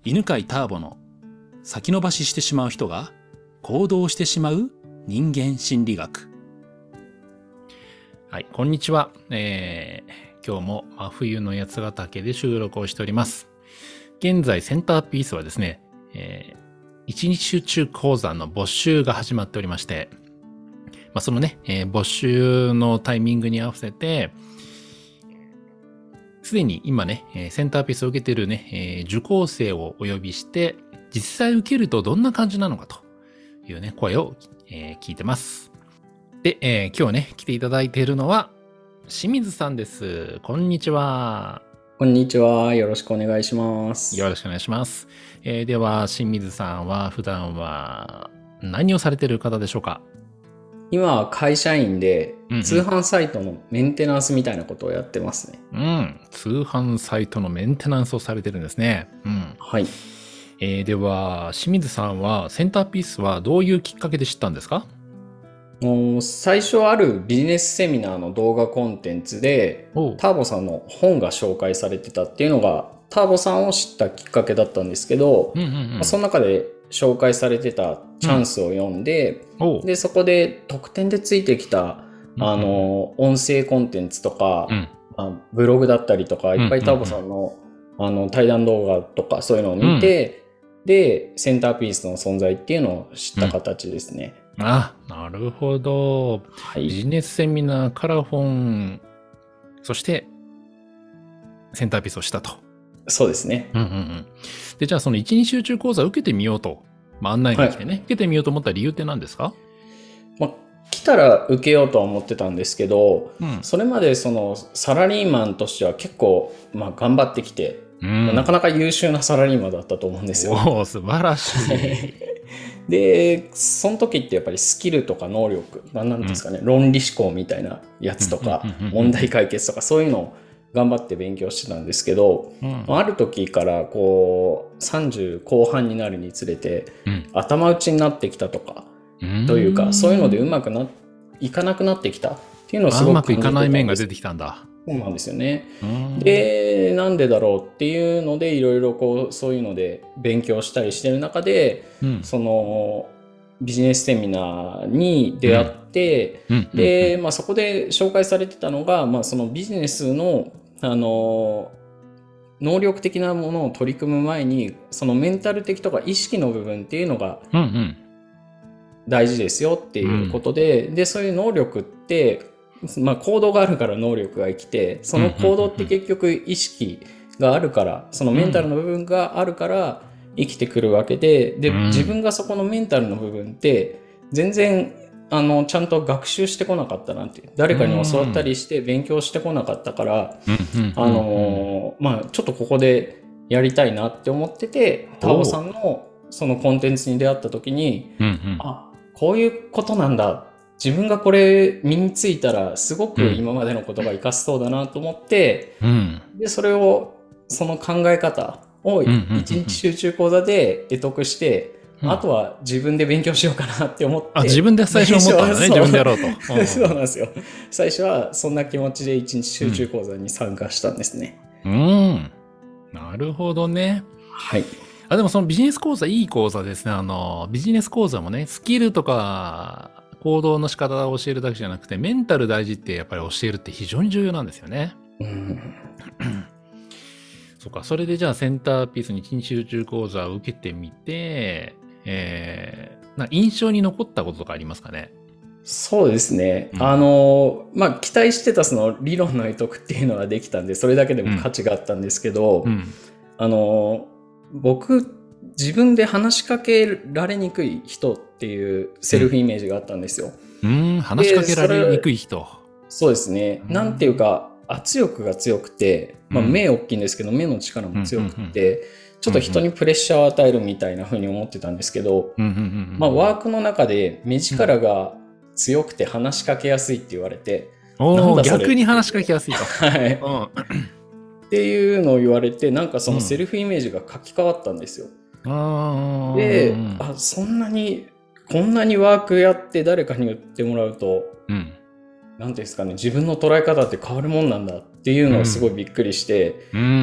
犬飼ターボの先延ばししてしまう人が行動してしまう人間心理学。はい、こんにちは。今日も真冬の八ヶ岳で収録をしております。現在センターピースはですね、一日集中講座の募集が始まっておりまして、そのね、募集のタイミングに合わせて、すでに今ね、センターピースを受けているね、受講生をお呼びして、実際受けるとどんな感じなのかというね、声を、聞いてます。で、今日ね、来ていただいているのは、清水さんです。こんにちは。 こんにちは。よろしくお願いします。 よろしくお願いします。では、清水さんは普段は何をされている方でしょうか？ 今は会社員で、通販サイトのメンテナンスみたいなことをやってますね。 通販サイトのメンテナンスをされてるんですね。 はい。 では、清水さんはセンターピースはどういうきっかけで知ったんですか？ 最初あるビジネスセミナーの動画コンテンツで、ターボさんの本が紹介されてたっていうのが、ターボさんを知ったきっかけだったんですけど、その中で紹介されてたチャンスを読んで、でそこで特典でついてきた、音声コンテンツとか、ブログだったりとか、いっぱいターボさんの、対談動画とかそういうのを見て、でセンターピースの存在っていうのを知った形ですね。 なるほど、はい。ビジネスセミナーから本、そしてセンターピースをしたと。 そうですね。 で、じゃあその一日集中講座を受けてみようと、案内が来てね、受けてみようと思った理由って何ですか？ 来たら受けようとは思ってたんですけど、それまでそのサラリーマンとしては結構頑張ってきて、なかなか優秀なサラリーマンだったと思うんですよ。 素晴らしい。 で、その時ってやっぱりスキルとか能力、なんですかね、論理思考みたいなやつとか、問題解決とかそういうのを頑張って勉強してたんですけど、ある時からこう30後半になるにつれて、頭打ちになってきたとか、というか、そういうのでうまくいかなくなってきたっていうのをすごくうまくいかない面が出てきたんだ。 そうなんですよね。で、なんでだろうっていうので、いろいろこう、そういうので勉強したりしてる中で、そのビジネスセミナーに出会って、で、そこで紹介されてたのが、そのビジネスの、能力的なものを取り組む前に、そのメンタル的とか意識の部分っていうのが大事ですよっていうことで、で、そういう能力って、行動があるから能力が生きて、その行動って結局意識があるから、そのメンタルの部分があるから生きてくるわけで、で、自分がそこのメンタルの部分って全然ちゃんと学習してこなかったなっていう、誰かに教わったりして勉強してこなかったから、ちょっとここでやりたいなって思ってて、タオさんのそのコンテンツに出会った時に、こういうことなんだ。自分がこれ身についたらすごく今までのことが活かせそうだなと思って、で、それを、その考え方を一日集中講座で得得して、あとは自分で勉強しようかなって思って。 自分で最初思ったんだね。自分でやろうと。 そうなんですよ。最初はそんな気持ちで一日集中講座に参加したんですね。 なるほどね。 はい。 でもそのビジネス講座いい講座ですね。ビジネス講座もね、スキルとか行動の仕方を教えるだけじゃなくて、メンタル大事ってやっぱり教えるって非常に重要なんですよね。そうか。それでじゃあセンターピースに一日集中講座を受けてみて、印象に残ったこととかありますかね？ そうですね。期待してたその理論の得得っていうのはできたんで、それだけでも価値があったんですけど、僕、自分で話しかけられにくい人っていうセルフイメージがあったんですよ。 話しかけられにくい人。 そうですね。なんていうか、圧力が強くて、目大きいんですけど、目の力も強くて、ちょっと人にプレッシャーを与えるみたいな風に思ってたんですけど、ワークの中で目力が強くて話しかけやすいって言われて、 逆に話しかけやすいと。 はい。っていうのを言われて、なんかそのセルフイメージが書き換わったんですよ。で、こんなにワークやって誰かに言ってもらうと、なんていうんですかね、自分の捉え方って変わるもんなんだっていうのをすごいびっくりして、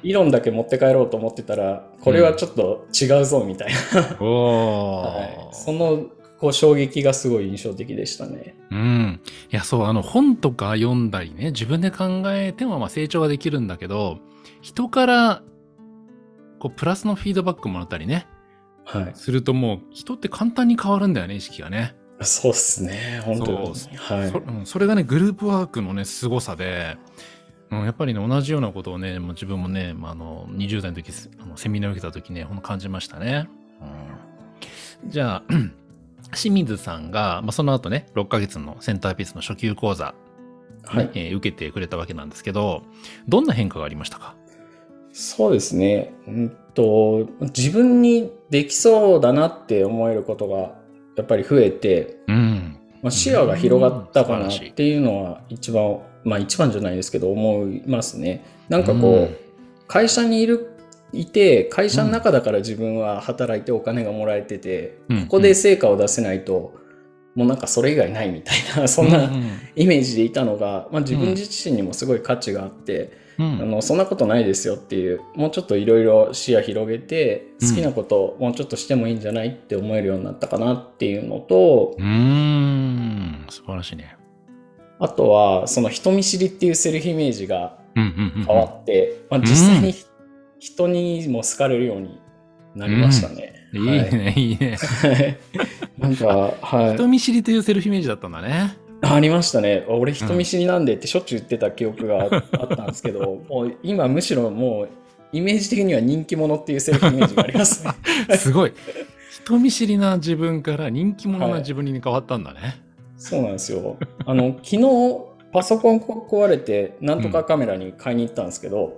理論だけ持って帰ろうと思ってたら、これはちょっと違うぞみたいな、はい、そのこう衝撃がすごい印象的でしたね。 うん。いや、そう、本とか読んだりね、自分で考えても成長ができるんだけど、人からこうプラスのフィードバックもらったりね、 はい、 するともう人って簡単に変わるんだよね、意識がね。 そうっすね、本当に。はい。 それがね、グループワークのね、凄さで、やっぱりね、同じようなことをね、自分もね、20代の時、セミナーを受けた時ね、ほんと感じましたね。じゃあ、清水さんが、その後ね、6ヶ月のセンターピースの初級講座、 はい、 受けてくれたわけなんですけど、どんな変化がありましたか？ そうですね。自分にできそうだなって思えることがやっぱり増えて、視野が広がったかなっていうのは一番じゃないですけど思いますね。なんかこう、会社にいて、会社の中だから自分は働いてお金がもらえてて、ここで成果を出せないと、もうなんかそれ以外ないみたいな、そんなイメージでいたのが、自分自身にもすごい価値があって、そんなことないですよっていう、もうちょっといろいろ視野広げて、好きなことをもうちょっとしてもいいんじゃないって思えるようになったかなっていうのと、 素晴らしいね。 あとは、その人見知りっていうセルフイメージが変わって、実際に人にも好かれるようになりましたね。 いいね、いいね。 なんか、はい。 人見知りというセルフイメージだったんだね。 ありましたね。俺人見知りなんでってしょっちゅう言ってた記憶があったんですけど、もう今むしろもうイメージ的には人気者っていうセルフイメージがありますね。 すごい。人見知りな自分から人気者な自分に変わったんだね。はい、 そうなんですよ。昨日パソコン壊れてなんとかカメラに買いに行ったんですけど、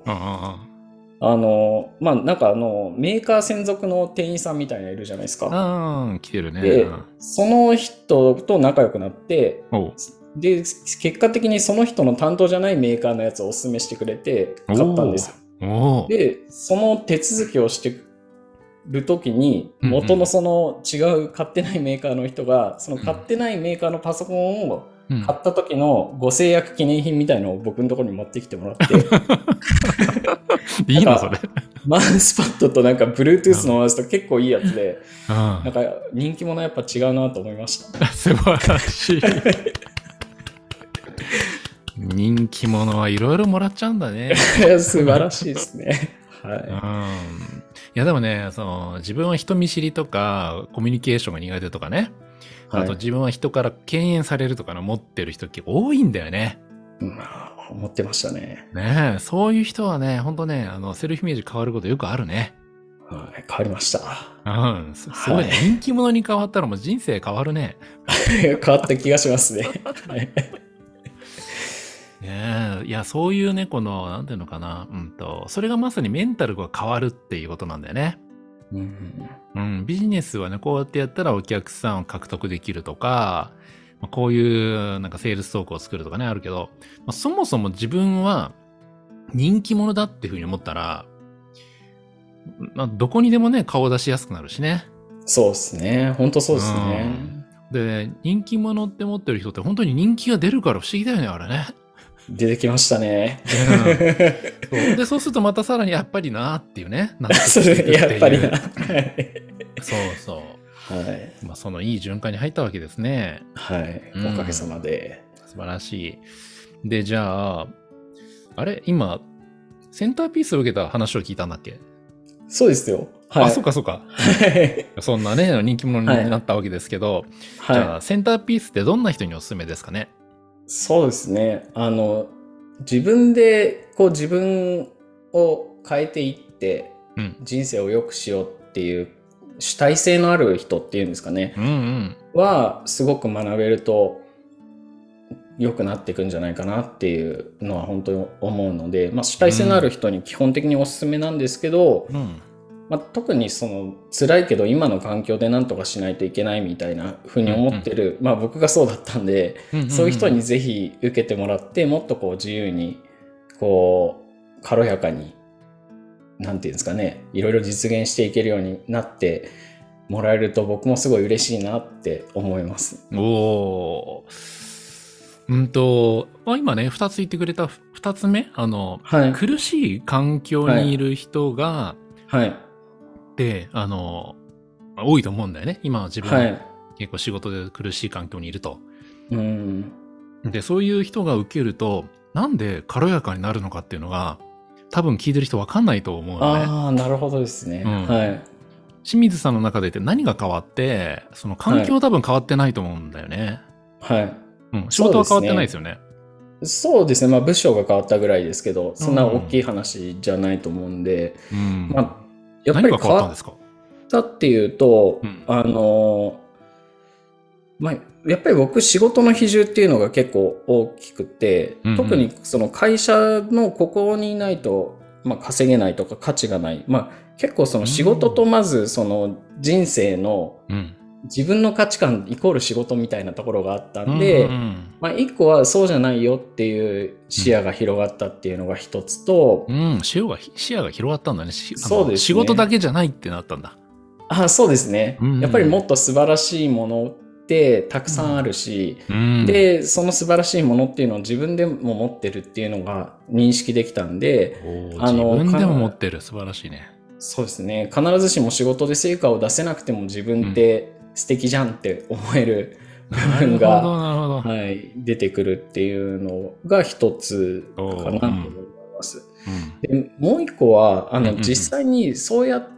なんかメーカー専属の店員さんみたいなのいるじゃないですか。 来てるね。 で、その人と仲良くなって、で、結果的にその人の担当じゃないメーカーのやつをおすすめしてくれて買ったんですよ。で、その手続きをしてる時に、元のその違う買ってないメーカーの人が、その買ってないメーカーのパソコンを買った時のご制約記念品みたいのを僕のところに持ってきてもらっていいのそれ。 マウスパッドとなんか Bluetooth のマウスと結構いいやつで、なんか人気者やっぱ違うなと思いました。 素晴らしい。人気者はいろいろもらっちゃうんだね。 素晴らしいですね。はい。 いやでもね、自分は人見知りとかコミュニケーションが苦手とかね、あと自分は人から敬遠されるとかの持ってる人結構多いんだよね。 思ってましたね。 ねえ、そういう人はね、ほんとね、セルフイメージ変わることよくあるね。 はい、変わりました。 すごいね。人気者に変わったらもう人生変わるね。 変わった気がしますね。 ねえ、いや、そういうね、なんていうのかな、それがまさにメンタルが変わるっていうことなんだよね。ビジネスはね、こうやってやったらお客さんを獲得できるとか、こういうなんかセールストークを作るとかね、あるけど、そもそも自分は人気者だっていうふうに思ったら、どこにでもね、顔を出しやすくなるしね。 そうですね。本当そうですね。 で、人気者って持ってる人って本当に人気が出るから不思議だよね、あれね。 出てきましたね。 で、そうするとまたさらにやっぱりなっていうね。 やっぱりな。 そうそう。はい。そのいい循環に入ったわけですね。 はい。おかげさまで。 素晴らしい。で、じゃあ、あれ今、センターピースを受けた話を聞いたんだっけ？ そうですよ。はい。 あ、そうかそうか。そんなね、人気者になったわけですけど、じゃあ、センターピースってどんな人におすすめですかね？ そうですね。自分でこう自分を変えていって、人生を良くしようっていう主体性のある人っていうんですかね。はすごく学べると良くなっていくんじゃないかなっていうのは本当に思うので、主体性のある人に基本的におすすめなんですけど、特にその辛いけど今の環境で何とかしないといけないみたいな風に思ってる、僕がそうだったんで、そういう人にぜひ受けてもらって、もっとこう自由にこう軽やかになんていうんですかね、いろいろ実現していけるようになってもらえると僕もすごい嬉しいなって思います。 今ね、2つ言ってくれた2つ目、 はい。 苦しい環境にいる人が、 はい。 で、多いと思うんだよね。今は自分はい。 結構仕事で苦しい環境にいると。 うん。 で、そういう人が受けると、なんで軽やかになるのかっていうのが、多分聞いてる人わかんないと思うのね。 ああ、なるほどですね。 うん。 はい。 清水さんの中で何が変わって、その環境は多分変わってないと思うんだよね。 はい。 うん。仕事は変わってないですよね。 そうですね。まあ部署が変わったぐらいですけど、そんな大きい話じゃないと思うんで、 うん。 まあ、やっぱり何が変わったんですか？ 変わったっていうと、 うん、 まあ、やっぱり僕仕事の比重っていうのが結構大きくて、 うんうん、 特にその会社のここにいないと、まあ、稼げないとか価値がない。まあ、結構その仕事とまずその人生の自分の価値観イコール仕事みたいなところがあったんで、まあ一個はそうじゃないよっていう視野が広がったっていうのが一つと、 視野が広がったんだね。 そうですね。 仕事だけじゃないってなったんだ。 そうですね。やっぱりもっと素晴らしいものってたくさんあるし、で、その素晴らしいものっていうのを自分でも持ってるっていうのが認識できたんで、 自分でも持ってる。素晴らしいね。 そうですね。必ずしも仕事で成果を出せなくても自分って素敵じゃんって思える部分が、はい、出てくるっていうのが一つかなと思います。でもう一個は、実際にそうやって、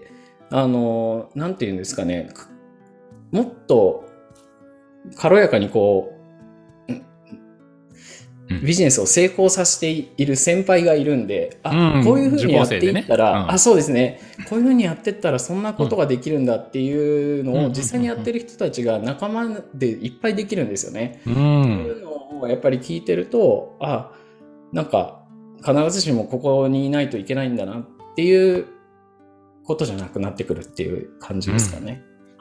なんていうんですかね、もっと軽やかにこう、ビジネスを成功させている先輩がいるんで、こういう風にやっていったら、そうですね、こういう風にやっていったらそんなことができるんだっていうのを実際にやってる人たちが仲間でいっぱいできるんですよね。っていうのをやっぱり聞いてると、なんか必ずしもここにいないといけないんだなっていうことじゃなくなってくるっていう感じですかね。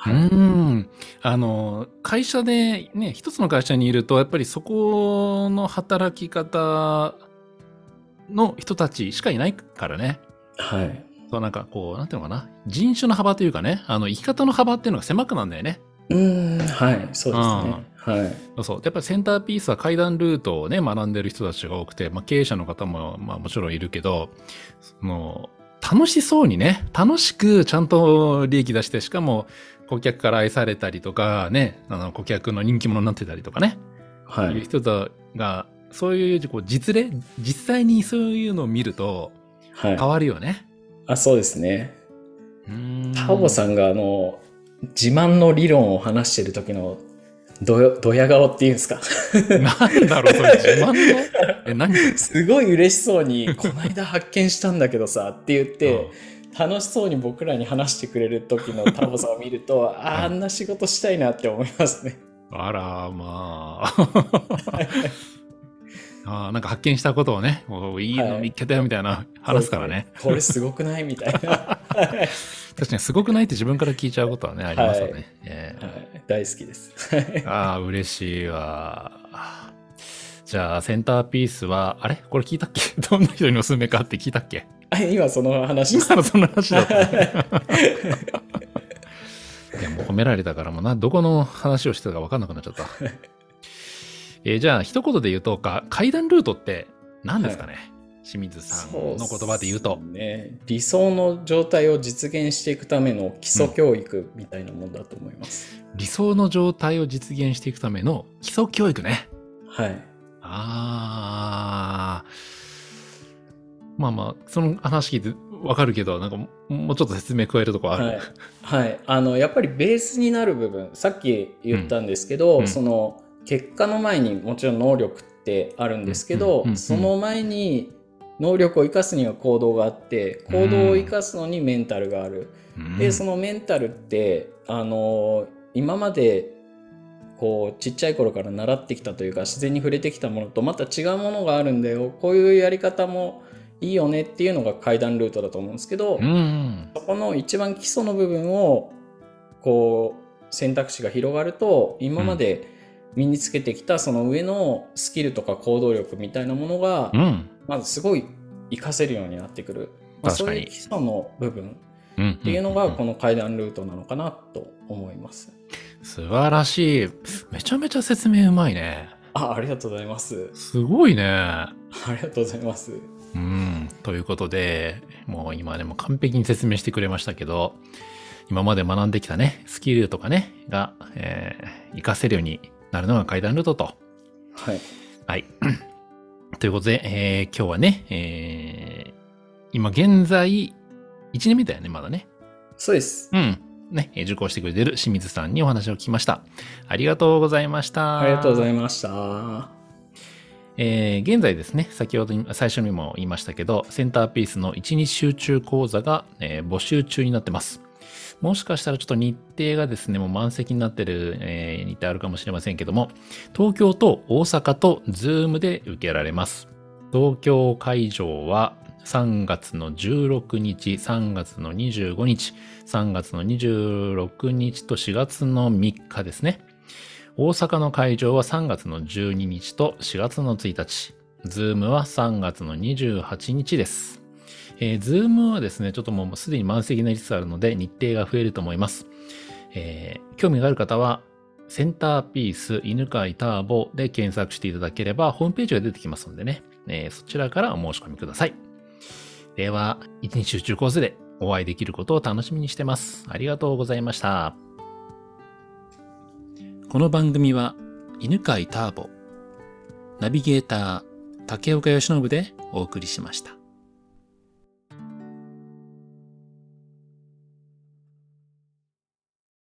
会社でね、一つの会社にいると、やっぱりそこの働き方の人たちしかいないからね。 はい。 そう、なんかこう、なんていうのかな。人種の幅というかね、生き方の幅っていうのが狭くなるんだよね。 はい、そうですね。はい。 そう。やっぱりセンターピースは階段ルートをね、学んでる人たちが多くて、まあ経営者の方も、まあもちろんいるけど、楽しそうにね、楽しくちゃんと利益出して、しかも顧客から愛されたりとか、ね、顧客の人気者になってたりとかね。はい。いう人が、そういうこう実際にそういうのを見ると、変わるよね。 そうですね。タオさんが自慢の理論を話してる時のドヤ顔っていうんですかなんだろう、それ自慢の何すごい嬉しそうに、この間発見したんだけどさ、って言って、楽しそうに僕らに話してくれる時のタボさんを見ると、あんな仕事したいなって思いますね。 あら、まあ。なんか発見したことをね、いいの見っけたよみたいな話すからね。 これすごくないみたいな。 確かにすごくないって自分から聞いちゃうことはね、ありますよね。 大好きです。 嬉しいわ。じゃあ、センターピースは、あれこれ聞いたっけどんな人におすすめかって聞いたっけ今その話今のその話だった、ね。いや、もう褒められたからもうどこの話をしてたか分かんなくなっちゃった。じゃあ、一言で言うと、階段ルートって何ですかね、清水さんの言葉で言うと。 理想の状態を実現していくための基礎教育みたいなもんだと思います。 理想の状態を実現していくための基礎教育ね。 はい。 まあ、その話聞いてわかるけど、なんかもうちょっと説明加えるとこある？ はい。やっぱりベースになる部分、さっき言ったんですけど、その結果の前にもちろん能力ってあるんですけど、その前に能力を生かすには行動があって、行動を生かすのにメンタルがある。で、そのメンタルって、今までこうちっちゃい頃から習ってきたというか自然に触れてきたものとまた違うものがあるんだよ、こういうやり方もいいよねっていうのが階段ルートだと思うんですけど、そこの一番基礎の部分をこう選択肢が広がると、今まで身につけてきたその上のスキルとか行動力みたいなものが、まずすごい活かせるようになってくる、そういう基礎の部分っていうのがこの階段ルートなのかなと思います。 素晴らしい。めちゃめちゃ説明うまいね。 ありがとうございます。 すごいね。 ありがとうございます。 ということで、もう今でも完璧に説明してくれましたけど、今まで学んできたね、スキルとかね、が、活かせるようになるのが階段ルートと。 はい。 はい。ということで、今日はね、今現在、1年目だよね、まだね。 そうです。 ね、受講してくれている清水さんにお話を聞きました。ありがとうございました。 ありがとうございました。 現在ですね、先ほど最初にも言いましたけど、センターピースの1日集中講座が、募集中になってます。もしかしたらちょっと日程がですね、もう満席になってる、日程あるかもしれませんけども、東京と大阪とズームで受けられます。東京会場は3月の16日、3月の25日、3月の26日と4月の3日ですね。大阪の会場は3月の12日と4月の1日。ズームは3月の28日です。ズームはですね、ちょっともうすでに満席になりつつあるので日程が増えると思います。興味がある方は、センターピース犬飼ターボで検索していただければホームページが出てきますのでね、そちらからお申し込みください。では、1日集中コースでお会いできることを楽しみにしてます。ありがとうございました。この番組は犬飼ターボ、ナビゲーター竹岡由伸でお送りしました。